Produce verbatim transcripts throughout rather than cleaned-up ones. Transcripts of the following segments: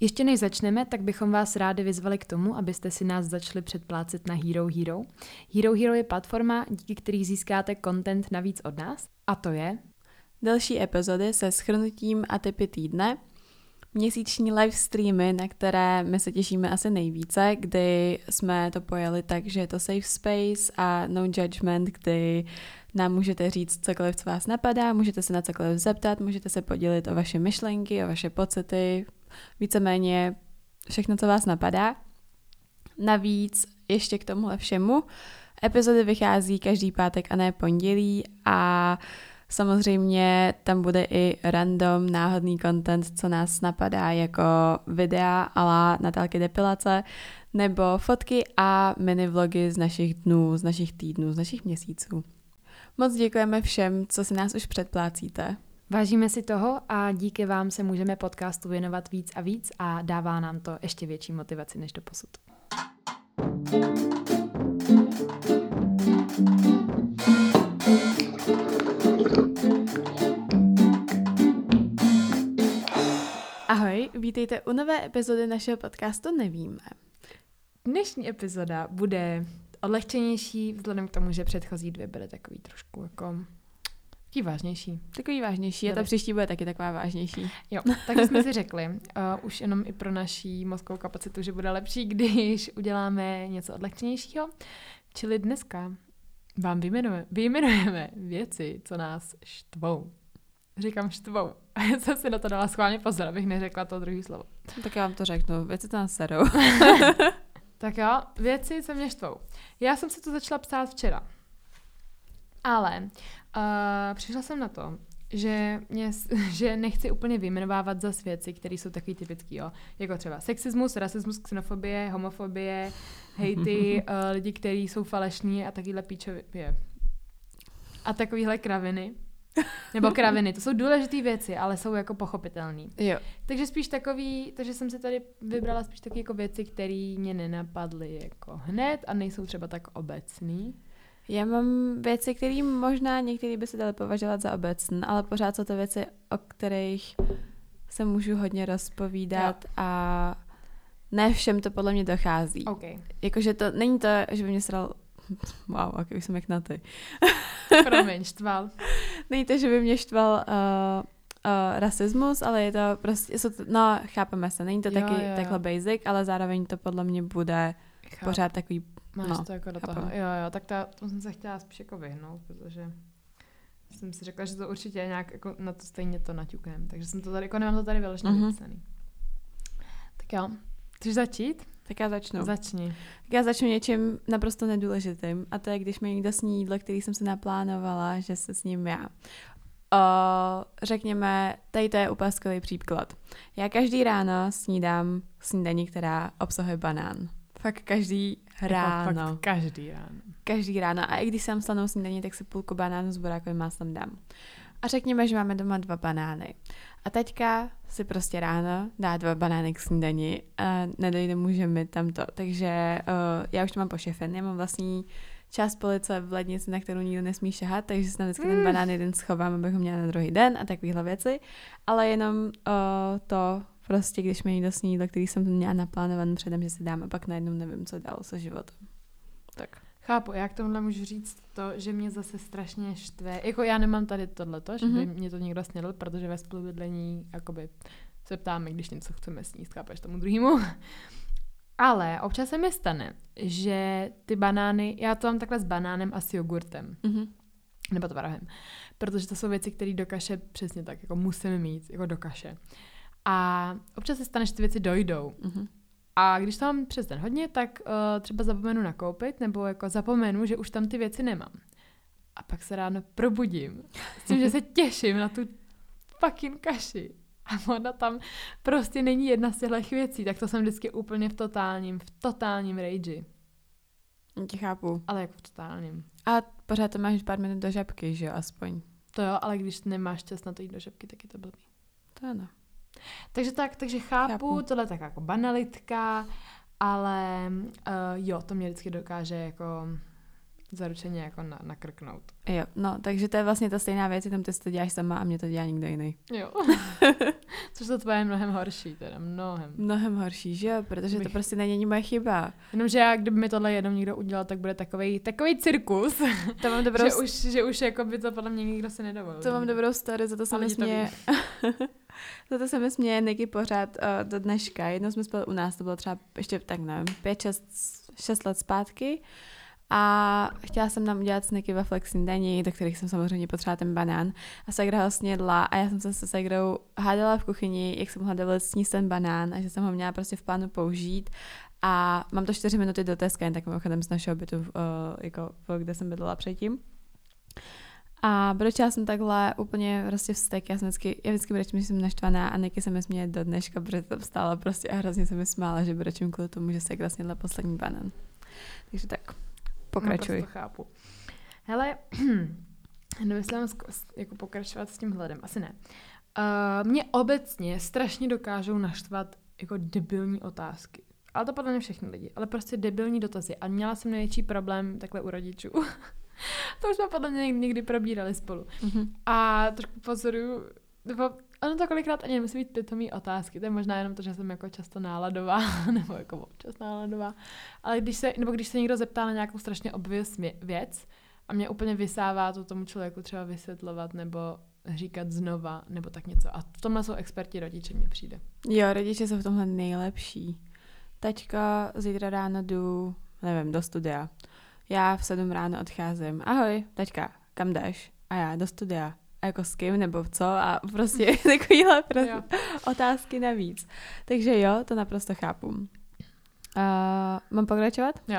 Ještě než začneme, tak bychom vás rádi vyzvali k tomu, abyste si nás začali předplácet na Hero Hero. Hero Hero je platforma, díky který získáte content navíc od nás. A to je další epizody se shrnutím a tipy týdne, měsíční live streamy, na které my se těšíme asi nejvíce, kdy jsme to pojali tak, že je to safe space a no judgment, kdy nám můžete říct cokoliv, co vás napadá, můžete se na cokoliv zeptat, můžete se podělit o vaše myšlenky, o vaše pocity, víceméně všechno, co vás napadá. Navíc ještě k tomuhle všemu epizody vychází každý pátek a ne pondělí a samozřejmě tam bude i random, náhodný content, co nás napadá, jako videa a la Natálky depilace, nebo fotky a mini vlogy z našich dnů, z našich týdnů, z našich měsíců. Moc děkujeme všem, co si nás už předplácíte. Vážíme si toho a díky vám se můžeme podcastu věnovat víc a víc a dává nám to ještě větší motivaci než doposud. Ahoj, vítejte u nové epizody našeho podcastu Nevíme. Dnešní epizoda bude odlehčenější, vzhledem k tomu, že předchozí dvě byly takový trošku jako takový vážnější. Takový vážnější a ta příští bude taky taková vážnější. Jo, takže jsme si řekli, uh, už jenom i pro naší mozkovou kapacitu, že bude lepší, když uděláme něco odlehčenějšího. Čili dneska vám vyjmenujeme, vyjmenujeme věci, co nás štvou. Říkám štvou. A já jsem si na to dala schválně pozor, abych neřekla to druhý slovo. Tak já vám to řeknu, věci to nás serou. Tak jo, věci, co mě štvou. Já jsem si to začala psát včera. Ale uh, přišla jsem na to, že, mě, že nechci úplně vyjmenovávat zas věci, které jsou takový typický, jo. Jako třeba sexismus, rasismus, xenofobie, homofobie, hejty, uh, lidi, kteří jsou falešní a takovýhle píčově. A takovýhle kraviny. Nebo kraviny, to jsou důležité věci, ale jsou jako pochopitelný. Jo. Takže spíš takový, takže jsem si tady vybrala spíš takové jako věci, které mě nenapadly jako hned a nejsou třeba tak obecný. Já mám věci, které možná některý by se dali považovat za obecné, ale pořád jsou to věci, o kterých se můžu hodně rozpovídat jo. A ne všem to podle mě dochází. Okay. Jakože to není to, že by mě sral... Wow, ok, už jsem jak na ty. Promiň, štval. Není to, že by mě štval uh, uh, rasismus, ale je to prostě, jsou to, no chápeme se, není to jo, taky jo, takhle jo. basic, ale zároveň to podle mě bude Cháp. pořád takový, Máš no, to jako do toho. Jo, jo, tak ta, to jsem se chtěla spíš jako vyhnout, protože jsem si řekla, že to určitě nějak jako na to stejně to naťuknem, takže jsem to tady, jako nemám to tady vyloženě uh-huh. vypsaný. Tak jo, chceš začít? Tak já začnu. Začni. Tak já začnu něčím naprosto nedůležitým a to je, když mi někdo sní jídlo, který jsem si naplánovala, že se s ním já. O, řekněme, tady to je ukázkový příklad. Já každý ráno snídám snídaní, která obsahuje banán. Fakt každý ráno. Fakt každý ráno. Každý ráno. A i když jsem slanou snídaní, tak si půlku banánu s borákovým máslem dám. A řekněme, že máme doma dva banány. A teďka si prostě ráno dá dva banány k snídani a nedojde můžeme tam to. Takže uh, já už to mám pošefen. Já mám vlastní část police v lednici, na kterou nikdo nesmí šahat, takže si tam vždycky ten banán jeden schovám, abych ho měla na druhý den a takovéhle věci. Ale jenom uh, to prostě, když mi někdo sní jídlo, který jsem měla naplánovaný předem, že si dám a pak najednou nevím, co dál se životem. Tak. Chápu, já k tomuhle můžu říct to, že mě zase strašně štve. Jako já nemám tady tohleto, že by mm-hmm. mě to někdo snědl, protože ve spolubydlení jakoby se ptáme, když něco chceme sníst, chápeš tomu druhému. Ale občas se mi stane, že ty banány, já to mám takhle s banánem a s jogurtem. Mm-hmm. Nebo tvarohem. Protože to jsou věci, které do kaše přesně tak jako musím mít, jako do kaše. A občas se stane, že ty věci dojdou. Mm-hmm. A když to mám přes den hodně, tak uh, třeba zapomenu nakoupit, nebo jako zapomenu, že už tam ty věci nemám. A pak se ráno probudím s tím, že se těším na tu fucking kaši. A ona tam prostě není jedna z těchto věcí, tak to jsem vždycky úplně v totálním, v totálním rage. Já tě chápu. Ale jako v totálním. A pořád to máš pár minut do žabky, že jo, aspoň. To jo, ale když nemáš čas na to jít do žabky, tak je to blbý. To ano. Takže tak, takže chápu, chápu. Tohle je tak jako banalitka, ale uh, jo, to mě vždycky dokáže jako zaručeně jako na, nakrknout. Jo, no, takže to je vlastně ta stejná věc, jenom ty si to děláš sama a mě to dělá nikdo jiný. Jo. Což to tvoje je mnohem horší, teda mnohem. Mnohem horší, že jo, protože Bych... to prostě není moje chyba. Jenomže já, kdyby mi tohle jednou někdo udělal, tak bude takovej, takovej cirkus, to mám dobrou... že, už, že už jako by to podle mě nikdo si nedovolil. To mám dobrou story, za to se mi směje. Za to se mi směje Niky pořád uh, do dneška. Jednou jsme spali u nás, to bylo třeba ještě tak nevím, pět, šest, šest let zpátky. A chtěla jsem nám udělat s Niky wafle k snídani, do kterých jsem samozřejmě potřebovala ten banán. A Segra ho snědla a já jsem se se Segrou hádala v kuchyni, jak jsem hledala sníst ten banán a že jsem ho měla prostě v plánu použít. A mám to čtyři minuty do Teska, jen tak mimochodem z našeho bytu, uh, jako, kde jsem bydlela předtím. A brečela jsem takhle úplně prostě vztek. Já jsem vždycky, já vždycky brečím, že jsem naštvaná a Niky se mi směje do dneška, protože tam stála prostě a hrozně se mi smála, že brečím kvůli tomu, že Segra snědla poslední banán. Takže tak. Pokračuj. No, to chápu. Hele, nemyslím jako pokračovat s tím hledem, asi ne. Uh, mě obecně strašně dokážou naštvat jako debilní otázky. Ale to podle mě všechny lidi. Ale prostě debilní dotazy. A měla jsem největší problém takhle u rodičů. To už jsme podle mě někdy probírali spolu. Mm-hmm. A trošku pozoruju, nebo ono to kolikrát ani nemusí být pitomý otázky, to je možná jenom to, že jsem jako často náladová, nebo jako občas náladová, ale když se, nebo když se někdo zeptá na nějakou strašně obvious věc a mě úplně vysává to tomu člověku třeba vysvětlovat nebo říkat znova, nebo tak něco. A v tomhle jsou experti rodiče, mně přijde. Jo, rodiče jsou v tomhle nejlepší. Tačka, zítra ráno jdu, nevím, do studia. Já v sedm ráno odcházím. Ahoj, tačka, kam jdeš? A já do studia. A jako s kým nebo co? A prostě takovýhle prostě otázky navíc. Takže jo, to naprosto chápu. Uh, mám pokračovat? Jo.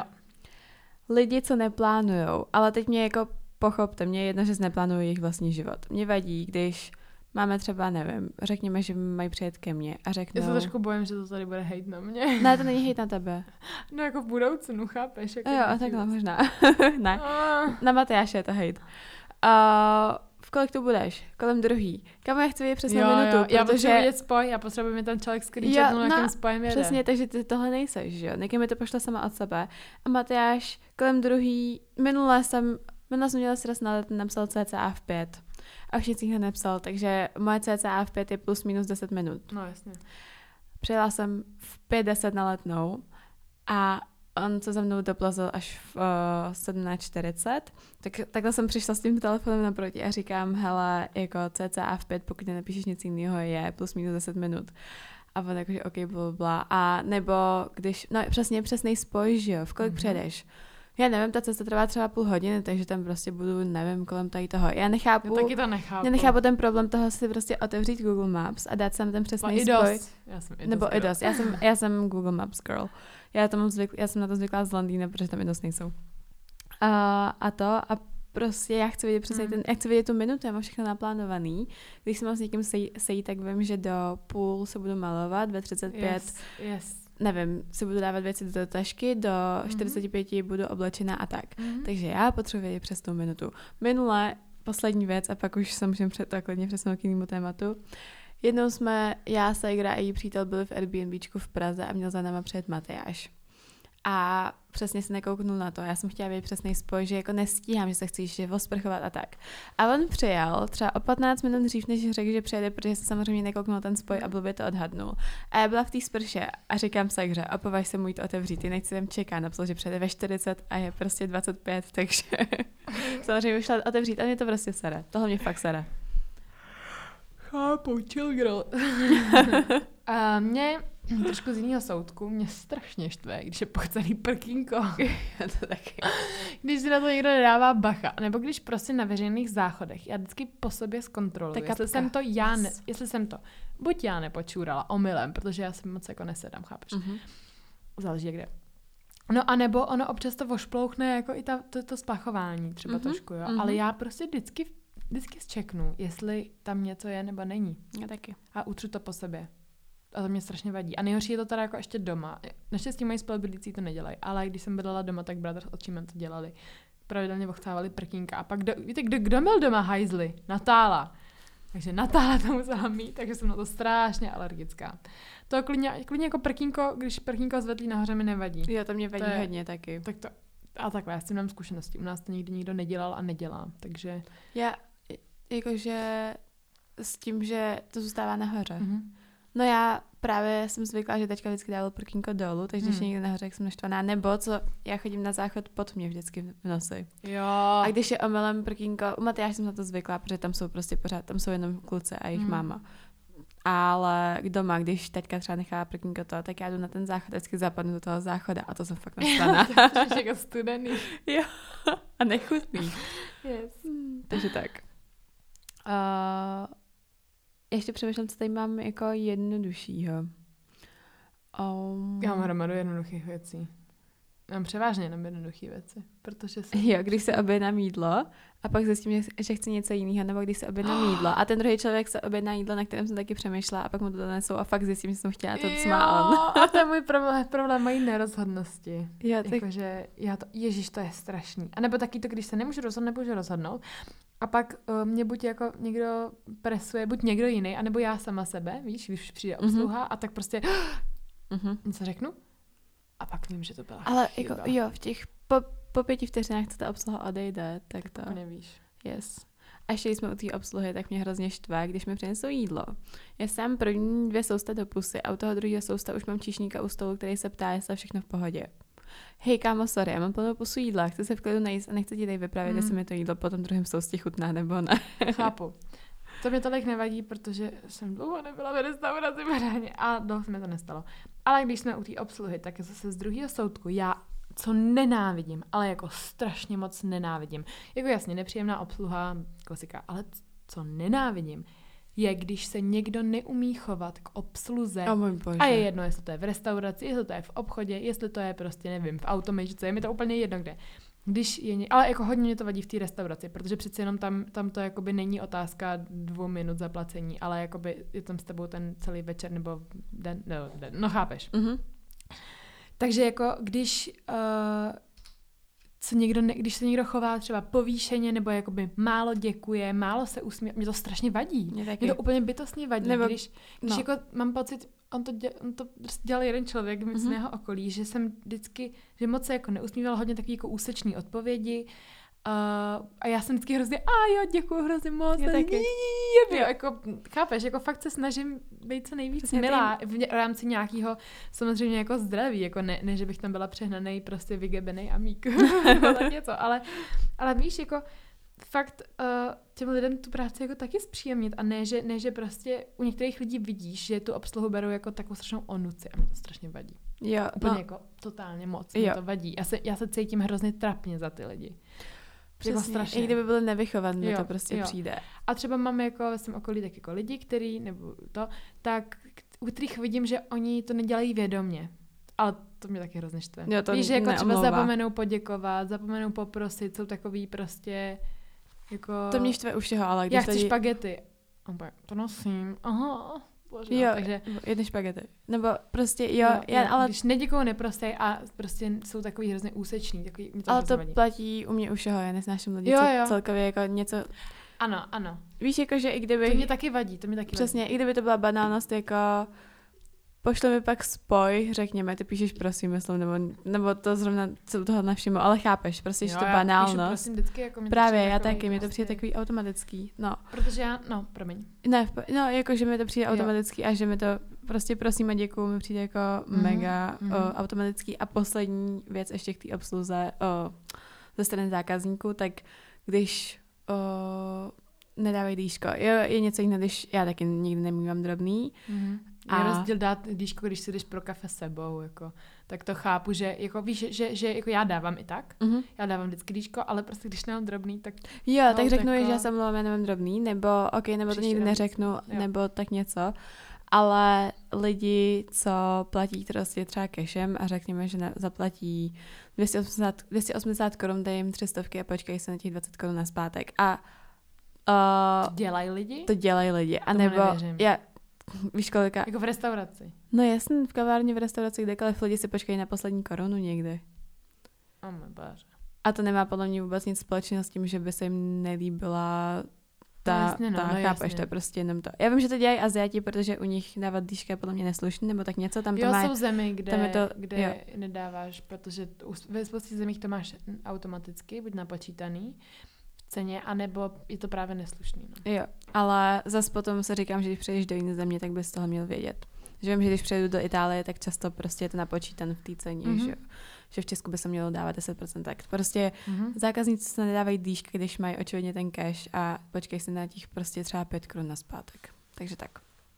Lidi, co neplánujou, ale teď mě jako pochopte, mě je jedno, že neplánuju jejich vlastní život. Mě vadí, když máme třeba, nevím, řekněme, že mají přijet ke mně a řeknou... Já se trošku bojím, že to tady bude hejt na mě. Ne, to není hejt na tebe. No jako v budoucnu, chápeš? Jako jo, a takhle možná. Ne, na Matyáše je to hejt. Uh, v kolik tu budeš? Kolem druhý. Kam já chci vidět přesně jo, minutu, jo. protože... Já potřebuji vidět spoj, já potřebuji mi ten člověk screenshotnout, no, jakým spojem jede. Přesně, takže ty tohle nejseš, že jo? Někdy mi to pošle sama od sebe. A Matyáš kolem druhý, minule jsem, minule jsem měla sraz na let, napsal cca v pět. A už nic ho nepsal, takže moje cca v pět je plus minus deset minut. No jasně. Přijela jsem v pět deset na Letnou a on se za mnou doplazil až v uh, sedmnáct čtyřicet, tak takhle jsem přišla s tím telefonem naproti a říkám, hele, jako cca v pět, pokud nenapíšeš nic jiného, je plus minus deset minut. A on jakože ok, blablabla. A nebo když, no přesně, přesnej spoj, že jo, v kolik mm-hmm. přijedeš? Já nevím, ta cesta trvá třeba půl hodiny, takže tam prostě budu, nevím, kolem tady toho. Já nechápu, já taky to nechápu. Já nechápu ten problém toho si prostě otevřít Google Maps a dát sem ten přesný i spoj. Já jsem i Nebo i dost. Já jsem, já jsem Google Maps girl. Já, to mám zvykl, já jsem na to zvyklá z Londýna, protože tam i dost nejsou. A, a to a prostě já chci vidět přesně mm. ten, já chci vidět tu minutu, já mám všechno naplánovaný. Když jsem s někým sej, sejít, tak vím, že do půl se budu malovat, ve třicet pět. Yes, yes. Nevím, si budu dávat věci do tašky, do mm-hmm. čtyřicet pět budu oblečená a tak. Mm-hmm. Takže já potřebuji vědět přes tu minutu. Minule, poslední věc, a pak už se můžeme před, tak klidně přesunout k jinému tématu. Jednou jsme, já, Segra a její přítel byli v Airbnbčku v Praze a měl za náma přijet Matyáš. A přesně se nekouknul na to. Já jsem chtěla vědět přesný spoj, že jako nestíhám, že se chci ještě osprchovat a tak. A on přijel třeba o patnáct minut dřív, než řekl, že přijede, protože se samozřejmě nekouknul ten spoj a blbě to odhadnul. A já byla v té sprše a říkám Segře, opovaž se mu jít otevřít, jinak si tam čeká, napsal, že přijede ve čtyřicet a je prostě dvacet pět, takže samozřejmě už šla otevřít a mě to prostě sere. Tohle mě fakt sere. Chápu, chill girl. A mě trošku z jiného soudku, mě strašně štve, když je pochcený prkínko. To taky. Když si na to někdo nedává bacha, nebo když prostě na veřejných záchodech, já vždycky po sobě zkontroluji, jestli jsem to já, ne, jestli jsem to buď já nepočůrala omylem, protože já si moc jako nesedám, chápeš? Mm-hmm. Záleží kde. No a nebo ono občas to vošplouchne jako i ta, to, to spachování třeba mm-hmm. trošku, jo, mm-hmm. ale já prostě vždycky vždycky zčeknu, jestli tam něco je nebo není. Já taky. A utřu to po sobě. A to mě strašně vadí. A nejhorší je to teda jako ještě doma. Naštěstí moji spolubydlící to nedělají, ale když jsem bydlela doma, tak bratr s otčímem to dělali. Pravidelně ochcávali prkínka. A pak, kdo, víte, kdo, kdo měl doma hajzly? Natála. Takže Natála to musela mít, takže jsem na to strašně alergická. To klidně, klidně jako prkínko, když prkínko zvedlí nahoře, mi nevadí. Jo, to mě vadí to je, hodně taky. Tak to, A takhle, já s tím mám zkušenosti. U nás to nikdy nikdo nedělal a nedělá, takže... Já, jakože s tím, že to zůstává nahoře. Mm-hmm. No já právě jsem zvyklá, že teďka vždycky dával prkínko dolů, takže když Hmm. je někde nahoře, jak jsem naštvaná, nebo co, já chodím na záchod pod mě vždycky v noci. Jo. A když je omylem prkínko, u Matyáše jsem na to zvyklá, protože tam jsou prostě pořád, tam jsou jenom kluci a jejich Hmm. máma. Ale doma, když teďka třeba nechá prkínko to, tak já jdu na ten záchod a vždycky zapadnu do toho záchoda a to jsem fakt naštvaná. To je jako studený. Jo. A nechutný. Yes. Takže tak. Uh, ještě přemýšlím, co tady mám jako jednoduššího. Um, Já mám hromadu jednoduchých věcí. Mám převážně jenom jednoduché věci, protože jsem... Jo, když se objednám jídlo a pak zjistím, že, že chci něco jiného, nebo když se objednám jídlo a ten druhý člověk se objedná jídlo, na kterém jsem taky přemýšlela a pak mu to donesou a fakt zjistím, že jsem chtěla to, co má on. A to je můj problém, problém mají nerozhodnosti. Jo, tak... Jakože já to, ježiš, to je strašný. A nebo taky to, když se nemůžu rozhodnout, nemůžu rozhodnout. A pak uh, mě buď jako někdo presuje, buď někdo jiný, anebo já sama sebe, víš, když přijde obsluha mm-hmm. a tak prostě mm-hmm. něco řeknu. A pak vím, že to byla Ale chyba. jako, jo, v těch po, po pěti vteřinách, co ta obsluha odejde, tak to... Tak nevíš. Yes. A ještě když jsme u té obsluhy, tak mě hrozně štve, když mi přinesou jídlo. Já jsem první dvě sousta do pusy a u toho druhého sousta už mám číšníka u stolu, který se ptá, jestli je všechno v pohodě. Hej kámo, sorry, já mám plnou pusu jídla, chci se v klidu najíst a nechci ti tady vyprávět, mm. jestli mi to jídlo po tom druhém soustě chutná nebo ne. Chápu. To mě tolik nevadí, protože jsem dlouho nebyla ve restauraci v a dlouho se mi to nestalo. Ale když jsme u té obsluhy, tak zase z druhého soudku já co nenávidím, ale jako strašně moc nenávidím. Jako jasně, nepříjemná obsluha, klasika, ale co nenávidím, je, když se někdo neumí chovat k obsluze. Oh, můj bože. A je jedno, jestli to je v restauraci, jestli to je v obchodě, jestli to je prostě, nevím, v automačce, je mi to úplně jedno kde. Když je ně... Ale jako hodně mě to vadí v té restauraci, protože přeci jenom tam, tam to jakoby není otázka dvou minut zaplacení, ale jakoby je tam s tebou ten celý večer nebo den, no, den, no chápeš. Mm-hmm. Takže jako když uh, se někdo ne, když se někdo chová třeba povýšeně nebo jakoby málo děkuje, málo se usmívá, mě to strašně vadí. Mě taky. Mě to úplně bytostně vadí, nebo, když, když no. jako mám pocit, on to, děl, on to dělal jeden člověk mm-hmm. z mého okolí, že jsem vždycky, že moc se jako neusmíval, hodně takový jako úsečný odpovědi. Uh, a já jsem vždycky hrozně, a jo, děkuju hrozně moc. Já taky. Jo, jako, chápeš, jako fakt se snažím být co nejvíc Přesně milá v rámci nějakého samozřejmě jako zdraví, jako ne, ne že bych tam byla přehnanej, prostě vygebenej amík, nebo něco, ale, ale víš, jako fakt uh, těm lidem tu práci jako taky zpříjemnit a ne že, ne, že prostě u některých lidí vidíš, že tu obsluhu berou jako takovou strašnou onuci a mě to strašně vadí. Jo, Úplně no. jako totálně moc, Jo. mě to vadí. Já se, já se cítím hrozně trapně za ty lidi. Jako Přesně, i kdyby byly nevychovat, mi jo, to prostě jo. přijde. A třeba mám jako ve svém okolí tak jako lidi, který, nebo to, tak u kterých vidím, že oni to nedělají vědomě. Ale to mě taky hrozně štve. Jo, to víš, že jako třeba neomlouvá. zapomenou poděkovat, zapomenou poprosit, jsou takový prostě jako... To mě štve u všeho, ale když já chci tady... špagety. Opa, to nosím. Aha. Bože, Jo, takže... jedny špagety. Nebo prostě, jo, jo, já, jo. ale... Když neděkou neprostej a prostě jsou takový hrozně úsečný, takový, mě to Ale hrozně to vadí. platí u mě u všeho, já nesnáším lidi, Jo, co jo. celkově jako něco... Ano, ano. Víš, jako, že i kdyby... To mě taky vadí, to mě taky Přesně, vadí. i kdyby to byla banálnost, jako... Pošle mi pak spoj, řekněme, ty píšeš prosím, myslím, nebo, nebo to zrovna se toho navšimnu, ale chápeš, prostě, že to banálnost. Já píšu, prosím, vždycky, jako mě Právě, to já takový, taky, mi to prostě, přijde takový automatický, no. Protože já, no, promiň. Ne, no, jako, že mi to přijde Jo. automatický a že mi to prostě prosím a děkuju, mi přijde jako Mhm, mega mhm. o, automatický. A poslední věc ještě k té obsluze o, ze strany zákazníků, tak když o, nedávají dýško, jo, je něco jiného, když já taky nikdy nemývám drobný. Mm-hmm. A- Je rozdíl dát dýško, když si jdeš pro kafe s sebou, jako, tak to chápu, že jako víš, že, že jako já dávám i tak, Mhm. já dávám vždycky dýško, ale prostě když nemám drobný, tak Jo, No, tak řeknu, jako- že já se omlouvám, já nemám drobný, nebo ok, nebo to Příště nikdy dám neřeknu, dýško, jo. nebo tak něco. Ale lidi, co platí prostě třeba cashem a řekněme, že na, zaplatí dvě stě osmdesát, dvě stě osmdesát korun, dají jim tři stovky a počkají se na těch dvacet korun nazpátek. A to uh, dělají lidi, to dělají lidi. A Tomu nebo, nevěřím. já, víš kolika? jako v restauraci. No jasně, v kavárně, v restauraci, kdekoliv lidi si počkají na poslední korunu někdy. Oh můj bože. A to nemá podle mě vůbec nic společného s tím, že by se jim nelíbila ta, no, jasně, no, ta no, chápeš, jasně. to je prostě jenom to. Já vím, že to dělají Asiati, protože u nich dávat dýška je podle mě neslušný, nebo tak něco, tam to jo, má... jsou zemi, kde, tam je to, kde jo. nedáváš, protože ve spoustě zemích to máš automaticky, buď napočítaný v ceně, anebo je to právě neslušný. No. Jo, ale zas potom se říkám, že když přejdeš do jiné země, tak bys toho měl vědět. Že vím, že když přejdu do Itálie, tak často prostě je to napočítan v té ceně, mm-hmm. že, že v Česku by se mělo dávat deset procent. Tak prostě mm-hmm. zákazníci se nedávají dýšky, když mají očividně ten cash a počkej si na těch prostě třeba pět korun na zpátek. Takže tak.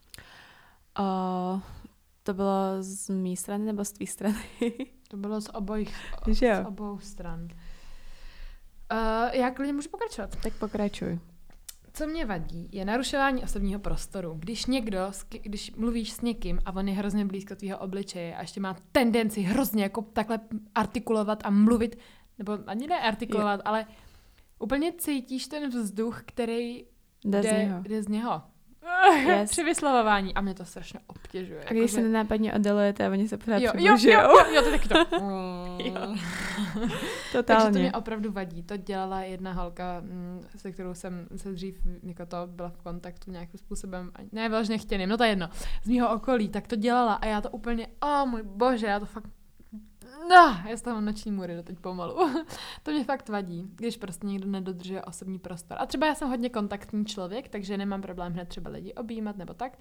O, to bylo z mé strany nebo z tvý strany? To bylo z obojich, z obou stran. Uh, já klidně můžu pokračovat. Tak pokračuj. Co mě vadí, je narušování osobního prostoru. Když někdo, když mluvíš s někým a on je hrozně blízko tvýho obličeje a ještě má tendenci hrozně jako takhle artikulovat a mluvit, nebo ani ne artikulovat, je. ale úplně cítíš ten vzduch, který jde, jde, z něho. jde z něho. Yes. Při vyslovování. A mě to strašně obtěžuje. A když jako, se že... nenápadně oddalujete a oni se pořád jo, přibližujou. Jo, jo, jo, to taky to. Totálně. Takže to mě opravdu vadí. To dělala jedna holka, se kterou jsem se dřív jako to byla v kontaktu nějakým způsobem, ne vážně chtěným, no to je jedno, z mýho okolí, tak to dělala a já to úplně, o oh, můj bože, já to fakt no, já z toho noční můry doteď pomalu. To mě fakt vadí, když prostě někdo nedodržuje osobní prostor. A třeba já jsem hodně kontaktní člověk, takže nemám problém hned třeba lidi objímat nebo tak.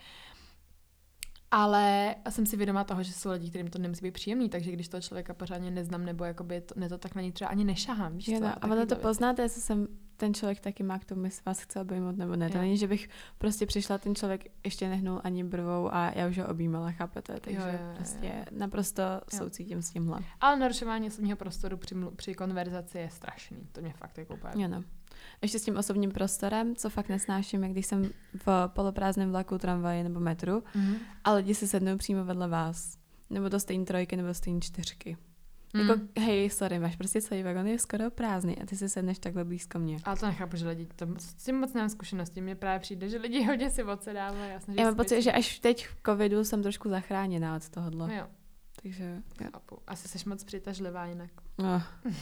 Ale jsem si vědomá toho, že jsou lidi, kterým to nemusí být příjemný, takže když toho člověka pořádně neznám, nebo jakoby to, ne to tak na ní třeba ani nešahám. Víš jo, co? no, a ono to poznáte, jestli jsem ten člověk taky má k tomu, jestli vás chce obejmout nebo ne. To není, že bych prostě přišla, ten člověk ještě nehnul ani brvou a já už ho objímala, chápete? Takže jo, jo, jo, prostě jo. naprosto jo. soucítím s tímhle. Ale narušování osobního prostoru při, při konverzaci je strašný. To mě fakt jako úplně... Jo, no. Ještě s tím osobním prostorem, co fakt nesnáším, je když jsem v poloprázdném vlaku, tramvaji nebo metru mm-hmm. a lidi si sednou přímo vedle vás. Nebo do stejné trojky, nebo do stejné čtyřky. Mm. Jako, hej, sorry, máš prostě celý vagon je skoro prázdný a ty si sedneš takhle blízko mě. Ale to nechápu, že lidi, to, s tím moc nemám zkušenosti, mně právě přijde, že lidi hodně si odsedávají. Já mám pocit, že až teď v covidu jsem trošku zachráněná od tohohle. Jo. Takže, jo. Asi jsi moc přitažlivá jinak. No.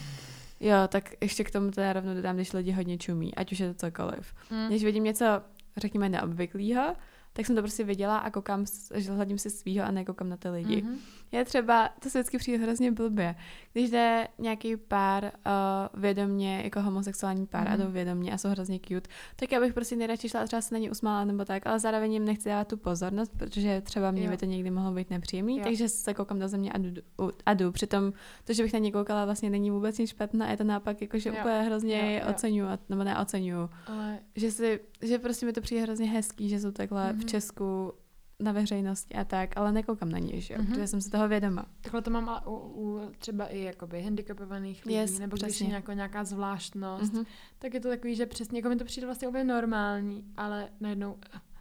Jo, tak ještě k tomu teda rovnou dodám, když lidi hodně čumí, ať už je to cokoliv. Mm. Když vidím něco, řekněme, neobvyklýho, tak jsem to prostě viděla a koukám, že hledím si svýho a nekoukám na ty lidi. Mm-hmm. Já třeba, to se vždycky přijde hrozně blbě, když jde nějaký pár uh, vědomně, jako homosexuální pár mm-hmm. a jdou vědomně a jsou hrozně cute, tak já bych prostě nejradši šla a třeba se na ně usmála nebo tak, ale zároveň jim nechci dávat tu pozornost, protože třeba mě jo. by to někdy mohlo být nepříjemný, jo. takže se koukám do země a jdu, a jdu. Přitom to, že bych na ně koukala, vlastně není vůbec nic špatné, je to naopak, jakože jo. úplně hrozně jo, jo. oceňuju, nebo neoceňuju. Ale... Že, si, že prostě mi to přijde hrozně hezký, že jsou takhle mm-hmm. v Česku na veřejnosti a tak, ale nekoukám na ně, že jo, mm-hmm. protože jsem si toho vědoma. Takhle to mám ale u, u třeba i jakoby handicapovaných lidí, yes, nebo přesně. Když je nějaká, nějaká zvláštnost, mm-hmm. tak je to takový, že přesně, jako mi to přijde vlastně úplně normální, ale najednou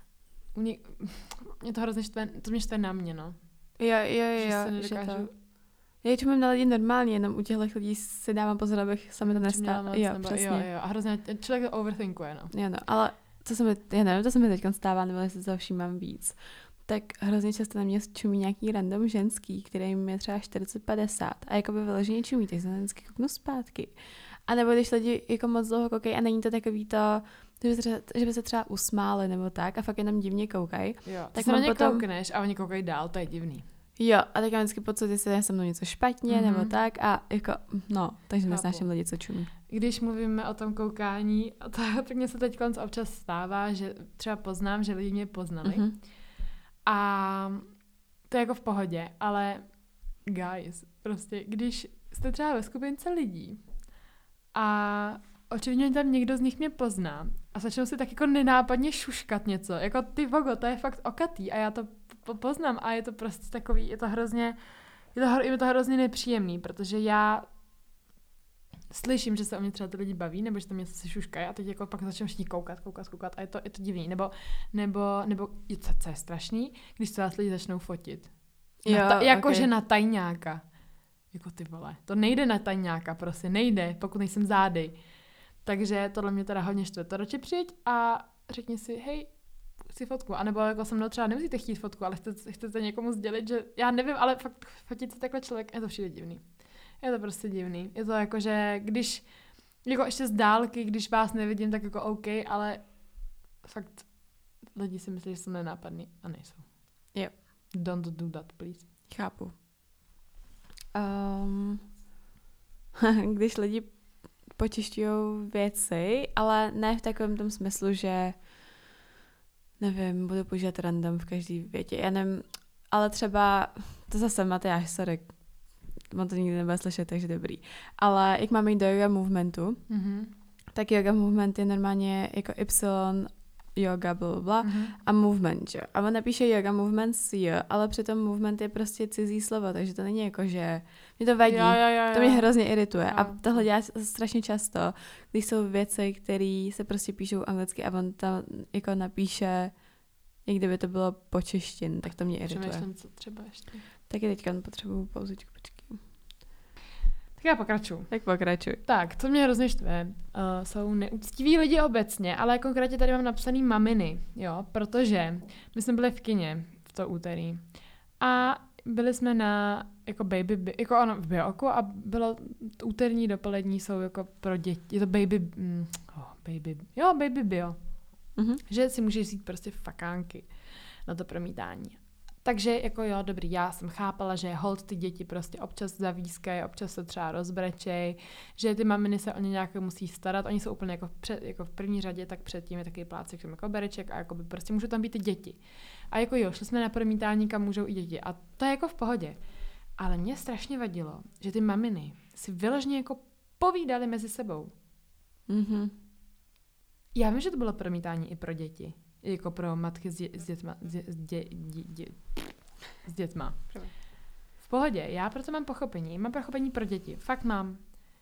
u mě, mě to hrozně štve, to mě štve na mě, no. Jo, jo, jo, že, jo, že to... Já čumím na lidi normálně, jenom u těchto lidí si dávám pozor, abych sami to nestala. Jo, nebo, přesně. Jo, jo, a hrozně člověk to overthinkuje, no. Jo, no, ale to se mi, já nevím, to se mi teď stává, nebo jestli to všímám víc. Tak hrozně často na mě čumí nějaký random ženský, který jim je třeba čtyřicet padesát a jakoby vyloženě čumí, tak se na vždycky kouknu zpátky. A nebo když lidi jako moc dlouho koukají a není to takový to, že by, se, že by se třeba usmáli nebo tak a fakt jenom divně koukají. Jo, tak se na ně potom... koukneš a oni koukají dál, to je divný. Jo, a tak mám vždycky pocit, že se se mnou něco špatně mm-hmm. nebo tak a jako, no, takže nesnáším lidi, co čumí. Když mluvíme o tom koukání, to, tak mně se teď občas stává, že třeba poznám, že lidi mě poznali. Mm-hmm. A to je jako v pohodě, ale guys, prostě když jste třeba ve skupince lidí a očividně tam někdo z nich mě pozná a začnou si tak jako nenápadně šuškat něco, jako ty vogo, to je fakt okatý a já to po- poznám a je to prostě takový, je to hrozně, je to, je to hrozně nepříjemný, protože já slyším, že se o mě třeba ty lidi baví, nebo že tam něco se šuškají a teď jako pak začnou všichni koukat, koukat, koukat a je to, je to divný. Nebo, nebo, nebo co, co je strašný, když se vás lidi začnou fotit. Jo, ta, jakože okay. na tajňáka. Jako ty vole. To nejde na tajňáka, prostě nejde, pokud nejsem zády. Takže tohle mě teda hodně štve. To radši přijď a řekni si, hej, chci fotku. A nebo jako se mnou třeba nemusíte chtít fotku, ale chcete, chcete někomu sdělit, že já nevím, ale fakt fotit se takhle člověk, je to všude divný. Je to prostě divný. Je to jako, že když, jako ještě z dálky, když vás nevidím, tak jako OK, ale fakt lidi si myslí, že jsou nenápadný a nejsou. Jo. Don't do that, please. Chápu. Um, když lidi počišťují věci, ale ne v takovém tom smyslu, že nevím, budu používat random v každé větě. Já nevím, ale třeba, to zase Matyáš, sorry, on to nikdy nebude slyšet, takže dobrý. Ale jak máme jít do yoga movementu, Mm-hmm. tak yoga movement je normálně jako Y, yoga, blablabla, Mm-hmm. a movement, že? A on napíše yoga movement s J, ale přitom movement je prostě cizí slovo, takže to není jako, že mě to vadí. Jo, jo, jo, jo. To mě hrozně irituje. Jo. A tohle dělá strašně často, když jsou věci, které se prostě píšou anglicky a on tam jako napíše, jak kdyby to bylo po češtině, tak to mě irituje. Přemýšlím, co třeba ještě. Taky teďka potřebuju pauzičku, počkej. Tak já pokračuju. Tak pokračuj. Tak, co mě hrozně štve, uh, jsou neúctiví lidi obecně, ale konkrétně tady mám napsaný maminy, jo, protože my jsme byli v kině v to úterý a byli jsme na jako baby, bi- jako ano, v bioku a bylo t- úterní dopolední jsou jako pro děti, je to baby, mm, oh, baby, jo, baby bio, Mhm. že si můžeš vzít prostě fakánky na to promítání. Takže jako jo, dobrý, já jsem chápala, že hold ty děti prostě občas zavískají, občas se třeba rozbrečej, že ty maminy se o ně nějak musí starat, oni jsou úplně jako v, před, jako v první řadě, tak předtím je takový plácek, jako bereček a jako by prostě můžou tam být ty děti. A jako jo, šli jsme na promítání, kam můžou i děti a to je jako v pohodě. Ale mě strašně vadilo, že ty maminy si vyloženě jako povídali mezi sebou. Mhm. Já vím, že to bylo promítání i pro děti. Jako pro matky s, dě, s dětma. S, dě, s, dě, dě, dě, s dětma. V pohodě, já proto mám pochopení. Mám pochopení pro děti. Fakt mám.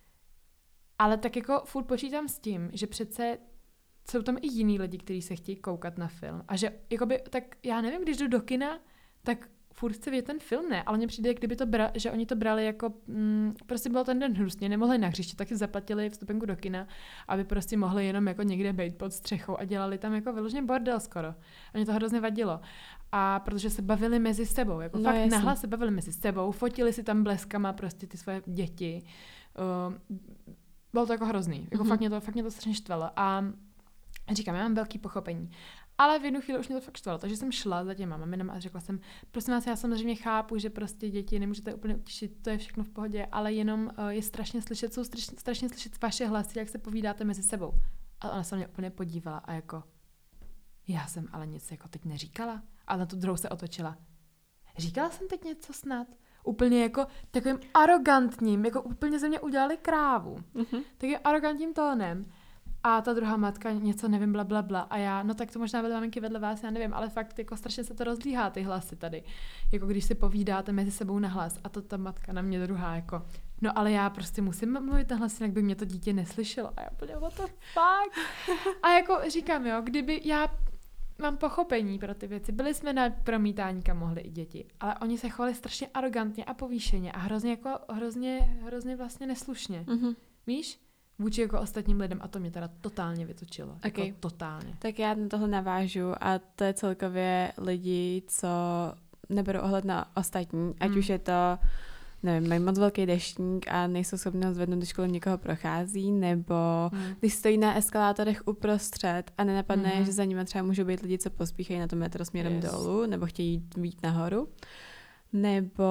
Ale tak jako furt počítám s tím, že přece jsou tam i jiný lidi, kteří se chtějí koukat na film. A že jakoby, tak já nevím, když jdu do kina, tak furt chci vidět ten film, ne? Ale mně přijde, jak kdyby to bra, že oni to brali jako, mm, prostě byl ten den hnusně, nemohli na hřiště, tak si zaplatili vstupenku do kina, aby prostě mohli jenom jako někde být pod střechou a dělali tam jako vyloženě bordel skoro. A mě to hrozně vadilo. A protože se bavili mezi sebou, jako No, fakt jasný. nahlas se bavili mezi sebou, fotili si tam bleskama prostě ty svoje děti. Uh, bylo to jako hrozný. Jako mm-hmm. fakt, mě to, fakt mě to strašně štvalo. A říkám, já mám velký pochopení. Ale v jednu chvíli už mě to fakt štvalo, takže jsem šla za těma maminama a řekla jsem, prosím vás, já samozřejmě chápu, že prostě děti nemůžete úplně utěšit, to je všechno v pohodě, ale jenom uh, je strašně slyšet, jsou strašně, strašně slyšet vaše hlasy, jak se povídáte mezi sebou. A ona se mě úplně podívala a jako, já jsem ale nic jako teď neříkala. A na tu druhou se otočila. Říkala jsem teď něco snad? Úplně jako takovým arrogantním, jako úplně ze mě udělali krávu. Mm-hmm. Takovým arrogantním tónem. A ta druhá matka něco nevím, bla, bla, bla. A já, no tak to možná byly maminky vedle vás, já nevím, ale fakt jako strašně se to rozlíhá, ty hlasy tady. Jako když si povídáte mezi sebou na hlas a to ta matka na mě druhá, jako, no ale já prostě musím mluvit na hlas, jinak by mě to dítě neslyšelo. A já úplně, what the fuck? A jako říkám, jo, kdyby já mám pochopení pro ty věci. Byli jsme na promítání, kam mohli i děti, ale oni se chovali strašně arrogantně a povýšeně a hrozně jako, hrozně, hrozně vlastně neslušně. Mhm. Víš? Vůči jako ostatním lidem a to mě teda totálně vytočilo. Okay. Jako totálně. Tak já na tohle navážu a to je celkově lidi, co neberou ohled na ostatní, ať Mm. už je to, nevím, mají moc velký deštník a nejsou schopni ho zvednout, když kolem někoho prochází, nebo Mm. když stojí na eskalátorech uprostřed a nenapadne, Mhm. že za nimi třeba můžou být lidi, co pospíchají na to metro směrem Yes. dolů, nebo chtějí být nahoru, nebo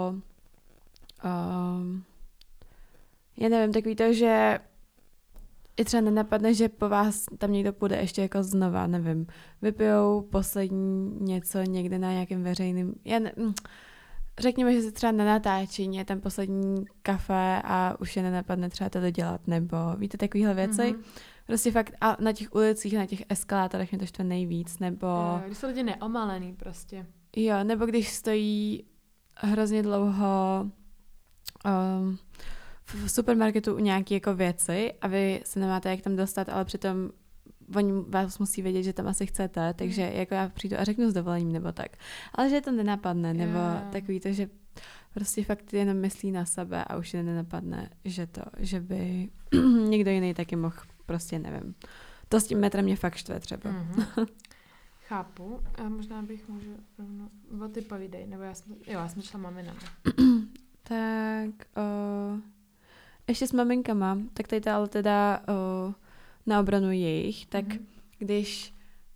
um, já nevím, takový to, že i třeba nenapadne, že po vás tam někdo půjde ještě jako znova, nevím, vypijou poslední něco někde na nějakém veřejném, já ne, řekněme, že se třeba na natáčení je tam poslední kafe a už je nenapadne třeba to dělat, nebo víte, takovýhle věci. Mm-hmm. Prostě fakt a na těch ulicích, na těch eskalátorech mě to štve nejvíc, nebo Jo, když jsou lidi neomalený prostě. jo, nebo když stojí hrozně dlouho um, v supermarketu u nějaké jako věci a vy se nemáte jak tam dostat, ale přitom oni vás musí vědět, že tam asi chcete, takže mm. jako já přijdu a řeknu s dovolením nebo tak. Ale že to nenapadne, nebo yeah. takový to, že prostě fakt jenom myslí na sebe a už je nenapadne, že to, že by někdo jiný taky mohl, prostě nevím. To s tím metrem mě fakt štve třeba. Mm-hmm. Chápu. A možná bych můžu rovno... O ty povídej, nebo já jsem... Jo, já jsem šla maminama. Tak... Uh... Ještě s maminkama, tak tady to ale teda uh, na obranu jejich, tak mm-hmm. když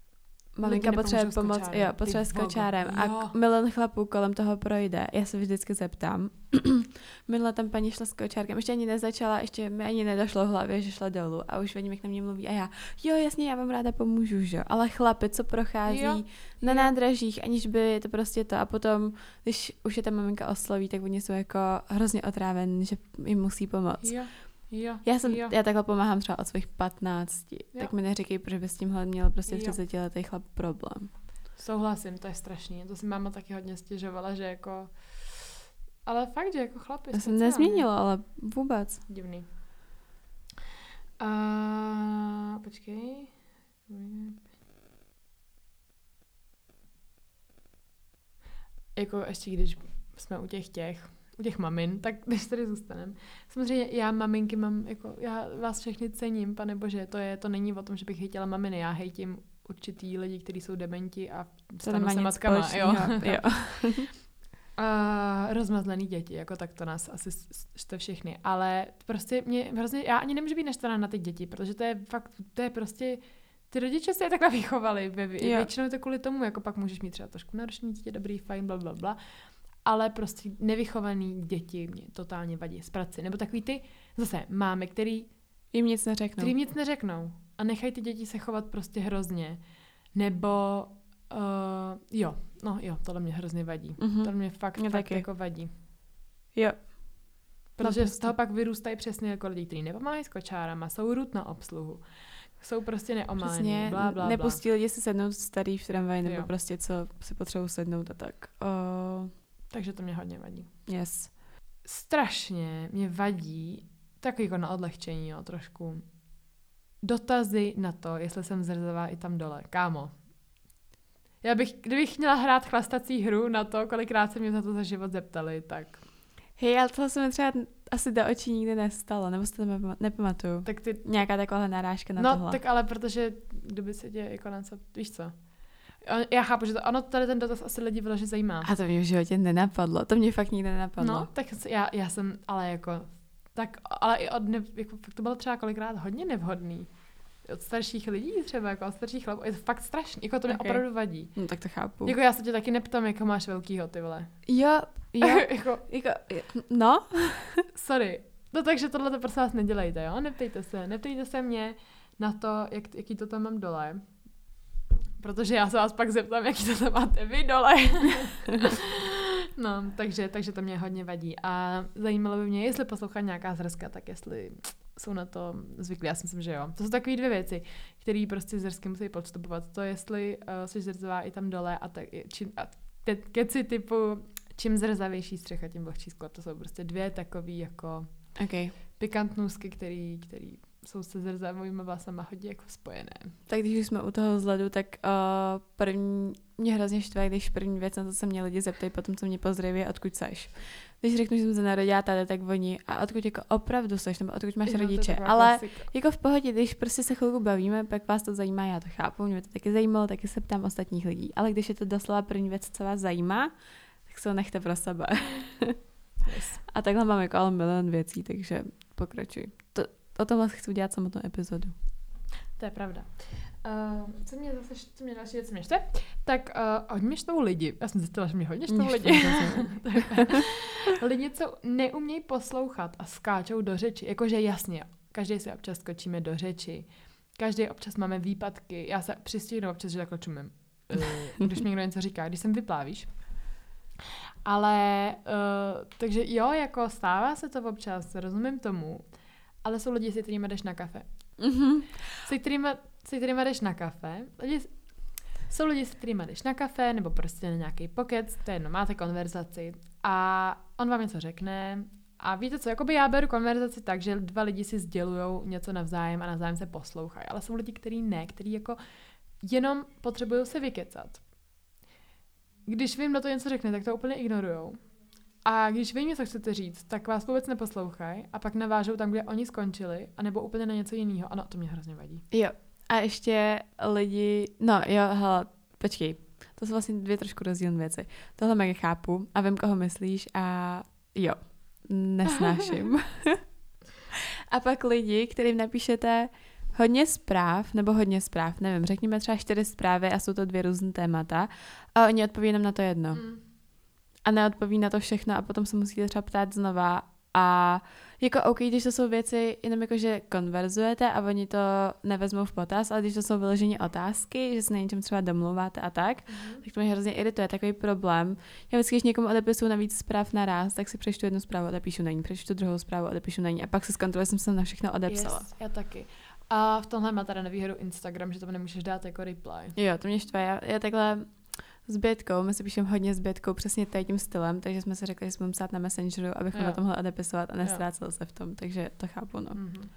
maminka potřebuje pomoc, jo, potřebuje s kočárem a k- milion chlapů kolem toho projde. Já se vždycky zeptám. Minule tam paní šla s kočárkem, ještě ani nezačala, ještě mi ani nedošlo v hlavě, že šla dolů a už vidím, jak na mě mluví a já, jo, jasně, já vám ráda pomůžu, že jo, ale chlapi, co prochází jo, na jo. nádražích, aniž by to prostě to a potom, když už je ta maminka osloví, tak oni jsou jako hrozně otrávení, že jim musí pomoct. Jo. Jo, já, jsem, jo. já takhle pomáhám třeba od svých patnácti, jo. tak mi neříkej, protože by s tímhle měl prostě třicetiletý chlap problém. Souhlasím, to je strašný. To si máma taky hodně stěžovala, že jako... Ale fakt, že jako chlapi... Já jsem nezměnila, ale vůbec. Divný. Uh, počkej. Jako ještě když jsme u těch těch... u těch mamin, tak když tady zůstaneme. Samozřejmě já maminky mám, jako já vás všechny cením, pane bože, to je, to není o tom, že bych hejtila maminy, já hejtím určitý lidi, kteří jsou dementi a stanu se matkama, jo. jo. A rozmazlený děti, jako tak to nás asi jste všechny, ale prostě mě hrozně, já ani nemůžu být naštvaná na ty děti, protože to je fakt, to je prostě, ty rodiče se je takhle vychovali, většinou je to kvůli tomu, jako pak můžeš mít třeba trošku narušený dítě, dobrý, fajn, bla, bla, bla. Ale prostě nevychovaný děti mě totálně vadí z prací. Nebo takový ty, zase mámy, který jim nic neřeknou. Který jim nic neřeknou. A nechají ty děti se chovat prostě hrozně. Nebo, uh, jo, no jo, tohle mě hrozně vadí. Mm-hmm. Tohle mě fakt, mě fakt taky. Jako vadí. Jo. Protože no, z toho pak vyrůstají přesně jako lidi, kteří nepomáhají s kočárama, jsou rud na obsluhu. Jsou prostě neomálení, blá, blá, blá. Nepustí lidi si sednout starý v tramvaji, nebo jo. prostě co si potřebují sednout a tak. Uh... Takže to mě hodně vadí. Yes. Strašně mě vadí, takový jako na odlehčení, jo, trošku, dotazy na to, jestli jsem zrzavá i tam dole. Kámo, já bych, kdybych měla hrát chlastací hru na to, kolikrát se mě za to za život zeptali, tak... Hej, ale tohle se mi třeba asi do očí nikdy nestalo, nebo si to nepamatuju. Tak ty... Nějaká taková narážka na no, tohle. No, tak ale protože, kdyby se tě jako na co, víš co... Já chápu, že to, ano, tady ten dotaz asi lidi vyložit zajímá. A to mě v životě nenapadlo, to mě fakt nikdy nenapadlo. No, tak já, já jsem, ale jako, tak, ale i od, ne, jako, fakt to bylo třeba kolikrát hodně nevhodný. Od starších lidí třeba, jako od starších chlapů, je to fakt strašný, jako to mě okay. opravdu vadí. No tak to chápu. Jako já se tě taky neptám, jako máš velkýho, ty vole. Jo, jo, jako, jako, no. Sorry, no takže tohle to prosím vás nedělejte, jo, neptejte se, neptejte se mě na to, jak, jaký to tam mám dole. Protože já se vás pak zeptám, jaký to tam máte vy dole. No, takže, takže to mě hodně vadí. A zajímalo by mě, jestli poslouchá nějaká zrska, tak jestli jsou na to zvyklí. Já si myslím, že jo. To jsou takové dvě věci, které prostě zrsky musí podstupovat. To, jestli uh, jsi zrzavá i tam dole a, tak, čím, a te, keci typu, čím zrzavější střecha, tím vlhčí sklep. To jsou prostě dvě takové jako okay. pikantnůzky, který, který jsou se zrzavými vlasama hodně jako spojené. Tak když jsme u toho vzhledu, tak uh, první, mě hrozně štve, když první věc, na to se mě lidi zeptají, potom co mě pozdraví, odkud seš. Když řeknu, že jsem se narodila tady, tak oni, a odkud jako opravdu seš, nebo odkud máš no, rodiče. Ale klasika. Jako v pohodě, když prostě se chvilku bavíme, pak vás to zajímá, já to chápu, mě to taky zajímalo, taky se ptám ostatních lidí. Ale když je to doslova první věc, co vás zajímá, tak se ho nechte pro sebe. Yes. A takhle mám jako ale milion věcí, takže pokračuj. To, o tomhle chci udělat samotnou epizodu. To je pravda. Uh, co mě zase, co mě další věc mě štve, tak uh, hodně mě štvou lidi. Já jsem zjistila, že mě hodně štvou lidi. Lidi, co neumějí poslouchat a skáčou do řeči. Jakože jasně, každý si občas skočíme do řeči. Každý občas máme výpadky. Já se přistihnu občas, že takhle čumím. Uh, když mi někdo něco říká, když jsem vyplávíš. Ale, uh, takže jo, jako stává se to občas, rozumím tomu. Ale jsou lidi, se kterými jdeš na kafe. Mm-hmm. Se kterými, se kterými jdeš na kafe. Lidi, jsou lidi, se kterými jdeš na kafe, nebo prostě na nějaký pokec, to je jedno, máte konverzaci a on vám něco řekne a víte co, jakoby já beru konverzaci tak, že dva lidi si sdělujou něco navzájem a navzájem se poslouchají, ale jsou lidi, kteří ne, kteří jako jenom potřebují se vykecat. Když vy jim na to něco řekne, tak to úplně ignorujou. A když vy něco chcete říct, tak vás vůbec neposlouchají a pak navážou tam, kde oni skončili, anebo úplně na něco jiného. Ano, to mě hrozně vadí. Jo. A ještě lidi, no jo, hele, počkej, to jsou vlastně dvě trošku rozdílné věci. Tohle mega chápu a vím, koho myslíš a jo, nesnáším. A pak lidi, kterým napíšete hodně zpráv, nebo hodně zpráv, nevím, řekněme třeba čtyři zprávy a jsou to dvě různé témata a oni odpoví jenom na to jedno. Mm. A neodpoví na to všechno a potom se musíte třeba ptát znova a jako OK, když to jsou věci jenom jako, že konverzujete a oni to nevezmou v potaz, ale když to jsou vyloženě otázky, že se na něčem třeba domluváte a tak, mm. tak to mě hrozně irituje, takový problém. Já vždycky, když někomu odepisuju navíc zpráv naraz, tak si přečtu jednu zprávu, odepíšu na ní, přečtu druhou zprávu, odepíšu na ní a pak se zkontroluji, jsem se na všechno odepsala. Yes, já taky. A v tomhle má teda nevýhodu Instagram, že tam nemůžeš dát jako reply. Jo, to mě štve. Já, já takhle s Bětkou, my si píšeme hodně s Bětkou přesně tím stylem, takže jsme si řekli, že jsme budeme psát na Messengeru, abychom na tomhle odepisovat a nestráceli se v tom, takže to chápu, no. Mm-hmm.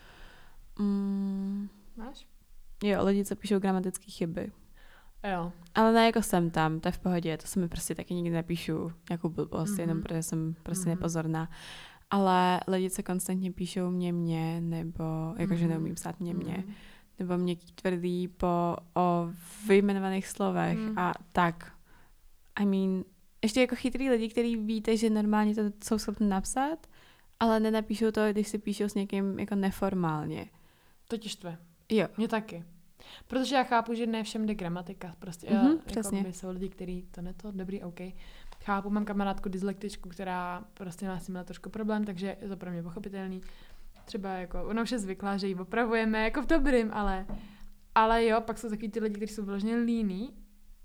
Mm. Máš? Jo, lidi, co píšou gramatické chyby. Jo. Ale ne jako jsem tam, to je v pohodě, to se mi prostě taky nikdy nepíšu nějakou blbost, mm-hmm. jenom protože jsem prostě mm-hmm. nepozorná. Ale lidi, co konstantně píšou mě, mě, nebo jakože mm-hmm. neumím psát mě, mě, mm-hmm. nebo měkký tvrdý po o vyjmenovaných slovech mm. a tak. I mean, ještě jako chytrý lidi, kteří víte, že normálně to jsou schopni napsat, ale nenapíšou to, když si píšou s někým jako neformálně. To ti štve. Jo. Mě taky. Protože já chápu, že ne všem jde gramatika. Prostě mm-hmm, já, přesně. Jako jsou lidi, kteří to ne to, dobrý, OK. Chápu, mám kamarádku dyslektičku, která prostě má s tím trošku problém, takže je to pro mě pochopitelný. Třeba jako, ona už je zvyklá, že ji opravujeme jako v dobrým, ale, ale jo, pak jsou takový ty lidi, kteří jsou vyloženě líní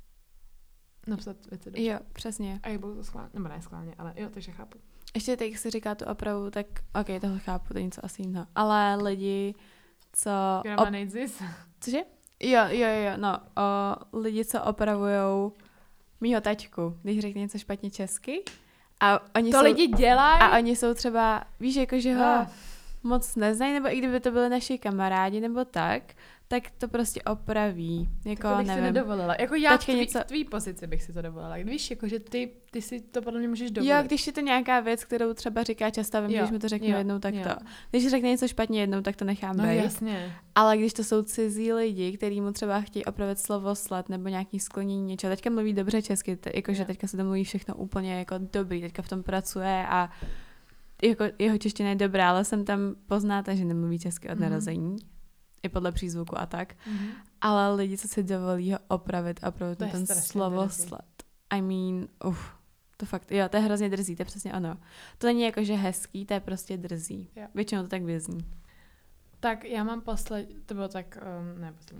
napsat věci dobře. Jo, přesně. A je budou to schválně, nebo ne schválně, ale jo, takže chápu. Ještě teď si říká tu opravu, tak ok, tohle chápu, to je něco asi jiného. Ale lidi, co... Op... Cože? Jo, jo, jo, no, o, lidi, co opravujou mýho tačku, když řekne něco špatně česky. A oni to jsou, lidi dělají? A oni jsou třeba, víš, jako že ho ah. moc neznají, nebo i kdyby to byli naši kamarádi, nebo tak, tak to prostě opraví. Jako, tak to bych nevím. si nedovolila. Jako já v, tvý, něco... v tvý pozici bych si to dovolila. Víš, jako, že ty, ty si to podle mě můžeš dovolit. Jo, když je to nějaká věc, kterou třeba říká často, vím, jo, když mi to řekne jo, jednou, tak jo. to. Když řekne něco špatně jednou, tak to nechám no, být. Jasně. Ale když to jsou cizí lidi, který mu třeba chtějí opravit slovo sled nebo nějaký sklonění něčeho, teďka mluví dobře česky, t- jakože teďka se to mluví všechno úplně jako dobrý, teďka v tom pracuje a jako jeho čeština je dobrá, ale jsem tam poznáte, že nemluví česky od mm-hmm. narození. I podle přízvuku a tak. Mm-hmm. Ale lidi, co si dovolí ho opravit a opravit ten slovosled. I mean, uf, to fakt, jo, to je hrozně drzí, to je přesně ono. To není jako, že hezký, to je prostě drzí. Jo. Většinou to tak vyzní. Tak já mám poslední, to bylo tak, um, ne poslední.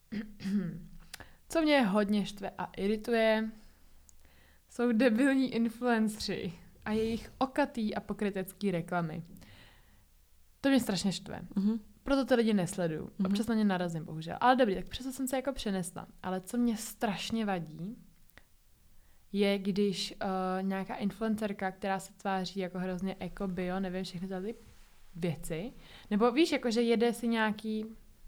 Co mě hodně štve a irituje, jsou debilní influencři a jejich okatý a pokrytecký reklamy. To mě strašně štve. Mm-hmm. Proto ty lidi nesleduju. Mm-hmm. Občas na ně narazím, bohužel. Ale dobrý, tak přesto jsem se jako přenesla. Ale co mě strašně vadí, je, když uh, nějaká influencerka, která se tváří jako hrozně eko, bio, nevím, všechny ty věci, nebo víš, jako, že jede si nějaký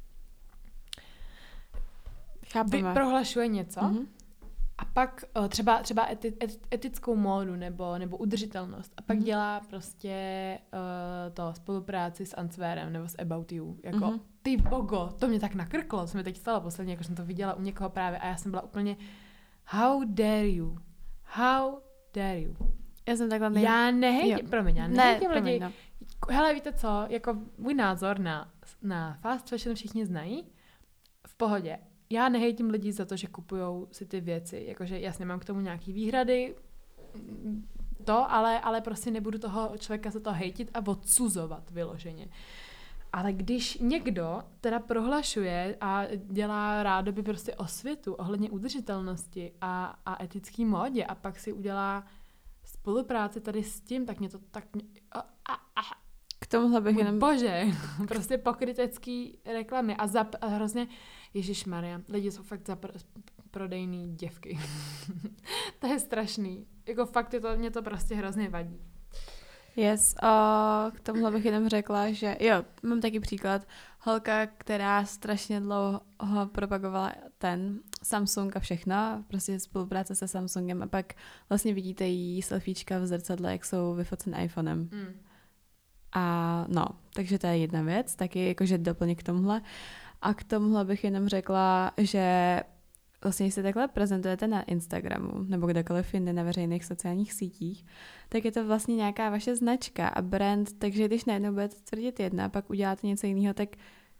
vy, prohlašuje něco mm-hmm. a pak uh, třeba, třeba eti, et, etickou módu nebo, nebo udržitelnost a pak mm-hmm. dělá prostě uh, to spolupráci s Answerem nebo s About You. Jako, mm-hmm. ty bogo, to mě tak nakrklo, co mi teď stalo posledně, jako jsem to viděla u někoho právě a já jsem byla úplně how dare you, how dare you. Já jsem takhle nej... Já nehejtím, promiň, já nehejtím ne, lidi. No. Hele, víte co, jako můj názor na, na fast fashion všichni znají, v pohodě. Já nehejtím lidi za to, že kupujou si ty věci, jakože jasně mám k tomu nějaký výhrady, to, ale, ale prostě nebudu toho člověka za to hejtit a odsuzovat vyloženě. Ale když někdo teda prohlašuje a dělá rádoby prostě osvětu ohledně udržitelnosti a, a etický módě a pak si udělá spolupráci tady s tím, tak mě to tak... Mě, a, a, a, k tomuhle bych jenom... Bože, prostě pokrytecký reklamy a, zap, a hrozně, ježišmarja, lidi jsou fakt zapr- prodejný děvky. To je strašný. Jako fakt je to, mě to prostě hrozně vadí. Yes, a k tomuhle bych jenom řekla, že jo, mám taky příklad. Holka, která strašně dlouho propagovala ten Samsung a všechno, prostě spolupráce se Samsungem a pak vlastně vidíte jí selfiečka v zrcadle, jak jsou vyfocen iPhonem. Mm. A no, takže to je jedna věc, taky jakože doplněk k tomuhle. A k tomuhle bych jenom řekla, že vlastně, když se takhle prezentujete na Instagramu nebo kdekoliv jinde na veřejných sociálních sítích, tak je to vlastně nějaká vaše značka a brand, takže když najednou budete tvrdit jedna a pak uděláte něco jiného, tak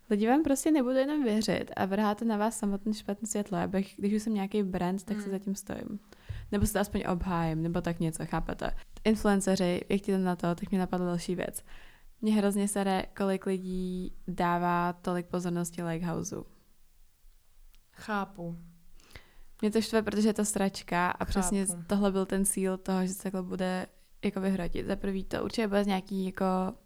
Lidi vám prostě nebudou jenom věřit a vrháte na vás samotné špatné světlo. Já bych, když už jsem nějaký brand, tak mm. si zatím stojím. Nebo si to aspoň obhájím, nebo tak něco, chápete? Influenceři, jak ti to na to, tak mi napadla další věc. Mě hrozně sere, kolik lidí dává tolik pozornosti Likehouseu. Chápu. Mě to štve, protože je to sračka a Chápu. přesně tohle byl ten cíl toho, že se takhle bude jako vyhrotit. Za prvý to určitě bude z nějaký jako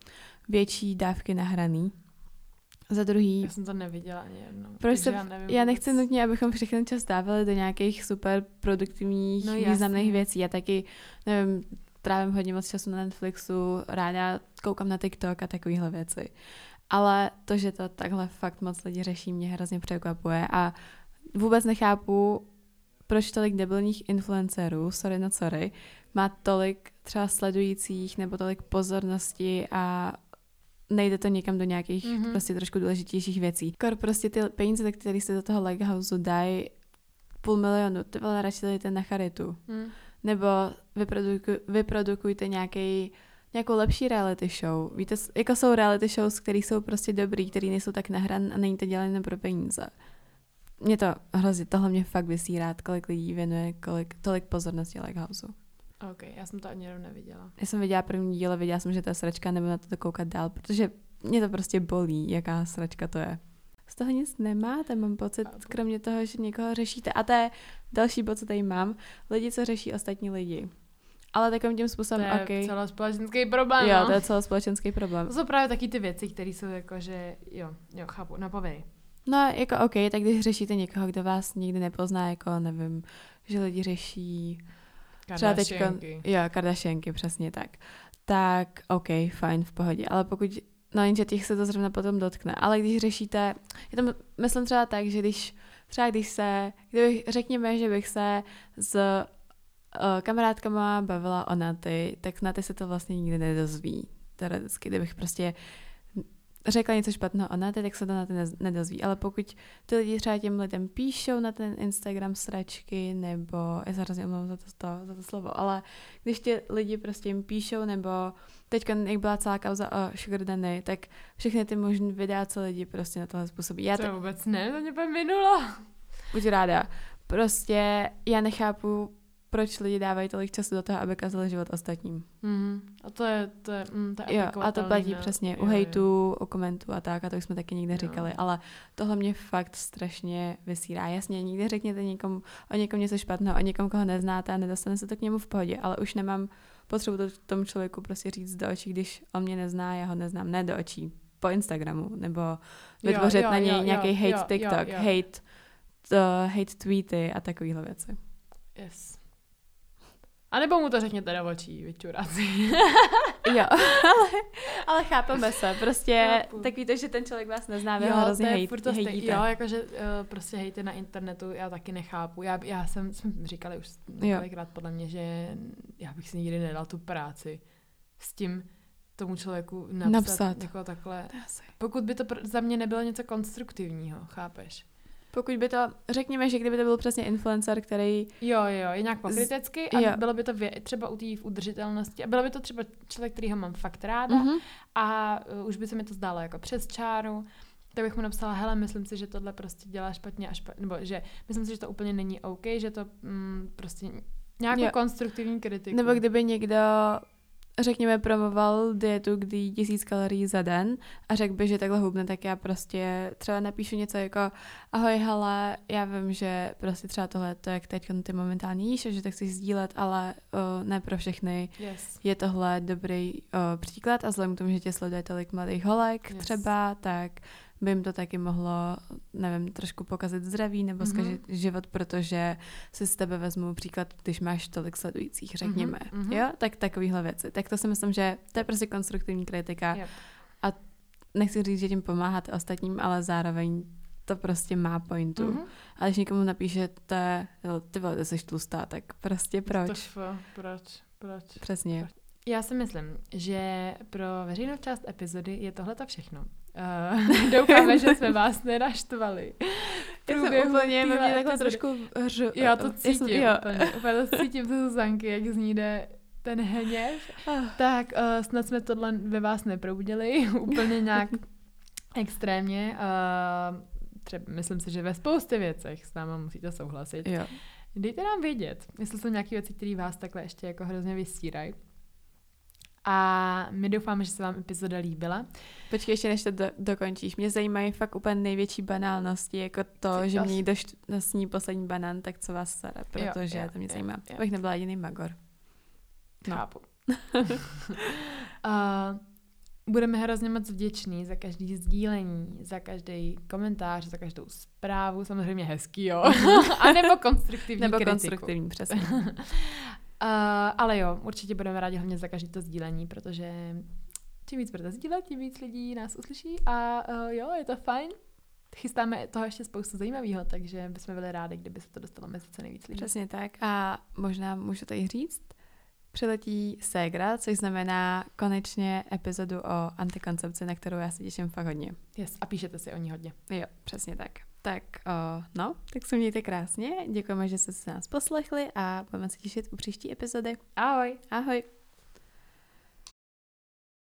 větší dávky nahraný. Za druhý... Já jsem to neviděla ani jednou. Proč se, já, nevím já nechci nutně, abychom všechny čas dávali do nějakých super produktivních, no, významných věcí. Já taky, nevím, trávím hodně moc času na Netflixu, ráda koukám na TikTok a takovéhle věci. Ale to, že to takhle fakt moc lidi řeší, mě hrozně překvapuje a vůbec nechápu, proč tolik debilních influencerů, sorry no sorry, má tolik třeba sledujících nebo tolik pozornosti a nejde to někam do nějakých mm-hmm. prostě trošku důležitějších věcí. Kor prostě ty peníze, které se do toho Likehouseu dají půl milionu, ty vole radši dejte na charitu. Mm. Nebo vyprodukuj, vyprodukujte nějaký, nějakou lepší reality show. Víte, jako jsou reality shows, které jsou prostě dobrý, které nejsou tak nahrané a není to dělané pro peníze. Mě to hrozí, tohle mě fakt vysírá, kolik lidí věnuje kolik, tolik pozornosti Likehouseu. Ok, já jsem to ani jenom neviděla. Já jsem viděla první díl, viděla jsem, že to je sračka, nebo na to koukat dál, protože mě to prostě bolí, jaká sračka to je. Z toho nic nemáte, mám pocit, kromě toho, že někoho řešíte. A to je další bod, co tady mám. Lidi, co řeší ostatní lidi. Ale takovým tím způsobem, to je okay. celospolečenský problém. Jo, no. to je celospolečenský problém. To jsou právě taky ty věci, které jsou jako, že jo, jo, chápu, napověj. No, jako ok, tak když řešíte někoho, kdo vás nikdy nepozná, jako nevím, že lidi řeší třeba teďko, jo, Kardashianky, přesně tak. Tak ok, fajn, v pohodě. Ale pokud, no jenže těch se to zrovna potom dotkne. Ale když řešíte, já to myslím třeba tak, že když, třeba když se, kdybych, řekněme, že bych se s uh, kamarádkama bavila o Naty, tak Naty se to vlastně nikdy nedozví. Teoreticky, kdybych prostě řekla něco špatného o Naty, tak se to Naty nedozví. Ale pokud ty lidi třeba těm lidem píšou na ten Instagram sračky, nebo, já se hrozně omlouvám za to, to, za to slovo, ale když ti lidi prostě jim píšou, nebo teď, jak byla celá kauza o Sugar Daddy, tak všechny ty možný videa, co lidi prostě na tohle způsobí. Já to t- vůbec ne, to mě pak minulo. Buď ráda. Prostě já nechápu, proč lidi dávají tolik času do toho, aby kazali život ostatním. Mm. A to je, to je, mm, to je jo, a to platí ne? přesně jo, u hejtu, u komentů a tak, a to už jsme taky někde říkali, jo. ale tohle mě fakt strašně vysírá. Jasně, nikdy řekněte někomu, o někom něco špatného, o někom, koho neznáte a nedostane se to k němu v pohodě, ale už nemám potřebu to tomu člověku prostě říct do očí, když on mě nezná, já ho neznám, ne do očí, po Instagramu, nebo vytvořit jo, jo, na něj jo, nějaký jo, hate jo, TikTok, jo, jo. hate, to, hate tweety a takovéhle věci. Yes. A nebo mu to řekněte do očí, vyčuráci. Jo, ale, ale chápeme se, prostě Chápu. Tak víte, že ten člověk vás nezná, vy ho hrozně hejt, hejtíte. Jo, jakože uh, prostě hejty na internetu, já taky nechápu. Já, já jsem, jsme říkali už několikrát podle mě, že já bych si nikdy nedal tu práci s tím tomu člověku napsat, napsat. Jako takhle. Pokud by to pr- za mě nebylo něco konstruktivního, chápeš? Pokud by to, řekněme, že kdyby to byl přesně influencer, který... Jo, jo, je nějak pokrytecky a jo. Bylo by to vě- třeba u té udržitelnosti a bylo by to třeba člověk, který ho mám fakt ráda mm-hmm. a uh, už by se mi to zdálo jako přes čáru, tak bych mu napsala, hele, myslím si, že tohle prostě dělá špatně a špatně, nebo že myslím si, že to úplně není OK, že to mm, prostě nějakou jo. konstruktivní kritiku. Nebo kdyby někdo... řekněme, promoval dietu, kdy jí tisíc kalorií za den a řekl by, že takhle hubne, tak já prostě třeba napíšu něco jako ahoj, hele, já vím, že prostě třeba tohle to, jak teď ty momentálně jíš, že tak chceš sdílet, ale uh, ne pro všechny yes. je tohle dobrý uh, příklad a vzhledem k tomu, že tě sleduje tolik mladých holek yes. třeba, tak by jim to taky mohlo, nevím, trošku pokazit zdraví nebo mm-hmm. zkazit život, protože si z tebe vezmu příklad, když máš tolik sledujících, řekněme. Mm-hmm. Jo? Tak takovýhle věci. Tak to si myslím, že to je prostě konstruktivní kritika. Yep. A nechci říct, že tím pomáháte ostatním, ale zároveň to prostě má pointu. Mm-hmm. A když někomu napíšete, ty vole, ty jsi tlustá, tak prostě proč? To šlo, proč? Proč? Přesně. Proč? Já si myslím, že pro veřejnou část epizody je tohleto všechno. Uh, doufáme, že jsme vás nenaštvali. Já jsem úplně, mě takhle trošku hřu. Já to cítím, jsem, jo. Úplně, úplně to cítím ze Zuzanky, jak z ní jde ten hněv. Tak uh, snad jsme tohle ve vás neproudili úplně nějak Extrémně. Uh, třeba, myslím si, že ve spoustě věcech s náma musíte souhlasit. Jo. Dejte nám vědět, jestli jsou nějaké věci, které vás takhle ještě jako hrozně vystírají. A my doufáme, že se vám epizoda líbila. Počkej, ještě než to do, dokončíš. Mě zajímají fakt úplně největší banálnosti, jako to, Ty že to mě někdo sní poslední banán, tak co vás sere, protože jo, jo, to mě jo, zajímá. jo. Abych nebyla jediný magor. No. Chápu. uh, budeme hrozně moc vděční za každý sdílení, za každý komentář, za každou zprávu, samozřejmě hezký, jo. A nebo konstruktivní Nebo kritiku. konstruktivní, přesně. Uh, ale jo, určitě budeme rádi hlavně za každý to sdílení, protože čím víc budete sdílet, tím víc lidí nás uslyší a uh, jo, je to fajn. Chystáme toho ještě spoustu zajímavého, takže bychom byli rádi, kdyby se to dostalo mezi co nejvíc lidí. Přesně tak. A možná můžu tady říct, přiletí ségra, což znamená konečně epizodu o antikoncepci, na kterou já se těším fakt hodně. Yes, a píšete si o ní hodně. Jo, přesně tak. Tak o, no, tak se mějte krásně, děkujeme, že jste se nás poslechli a budeme se těšit u příští epizody. Ahoj! Ahoj!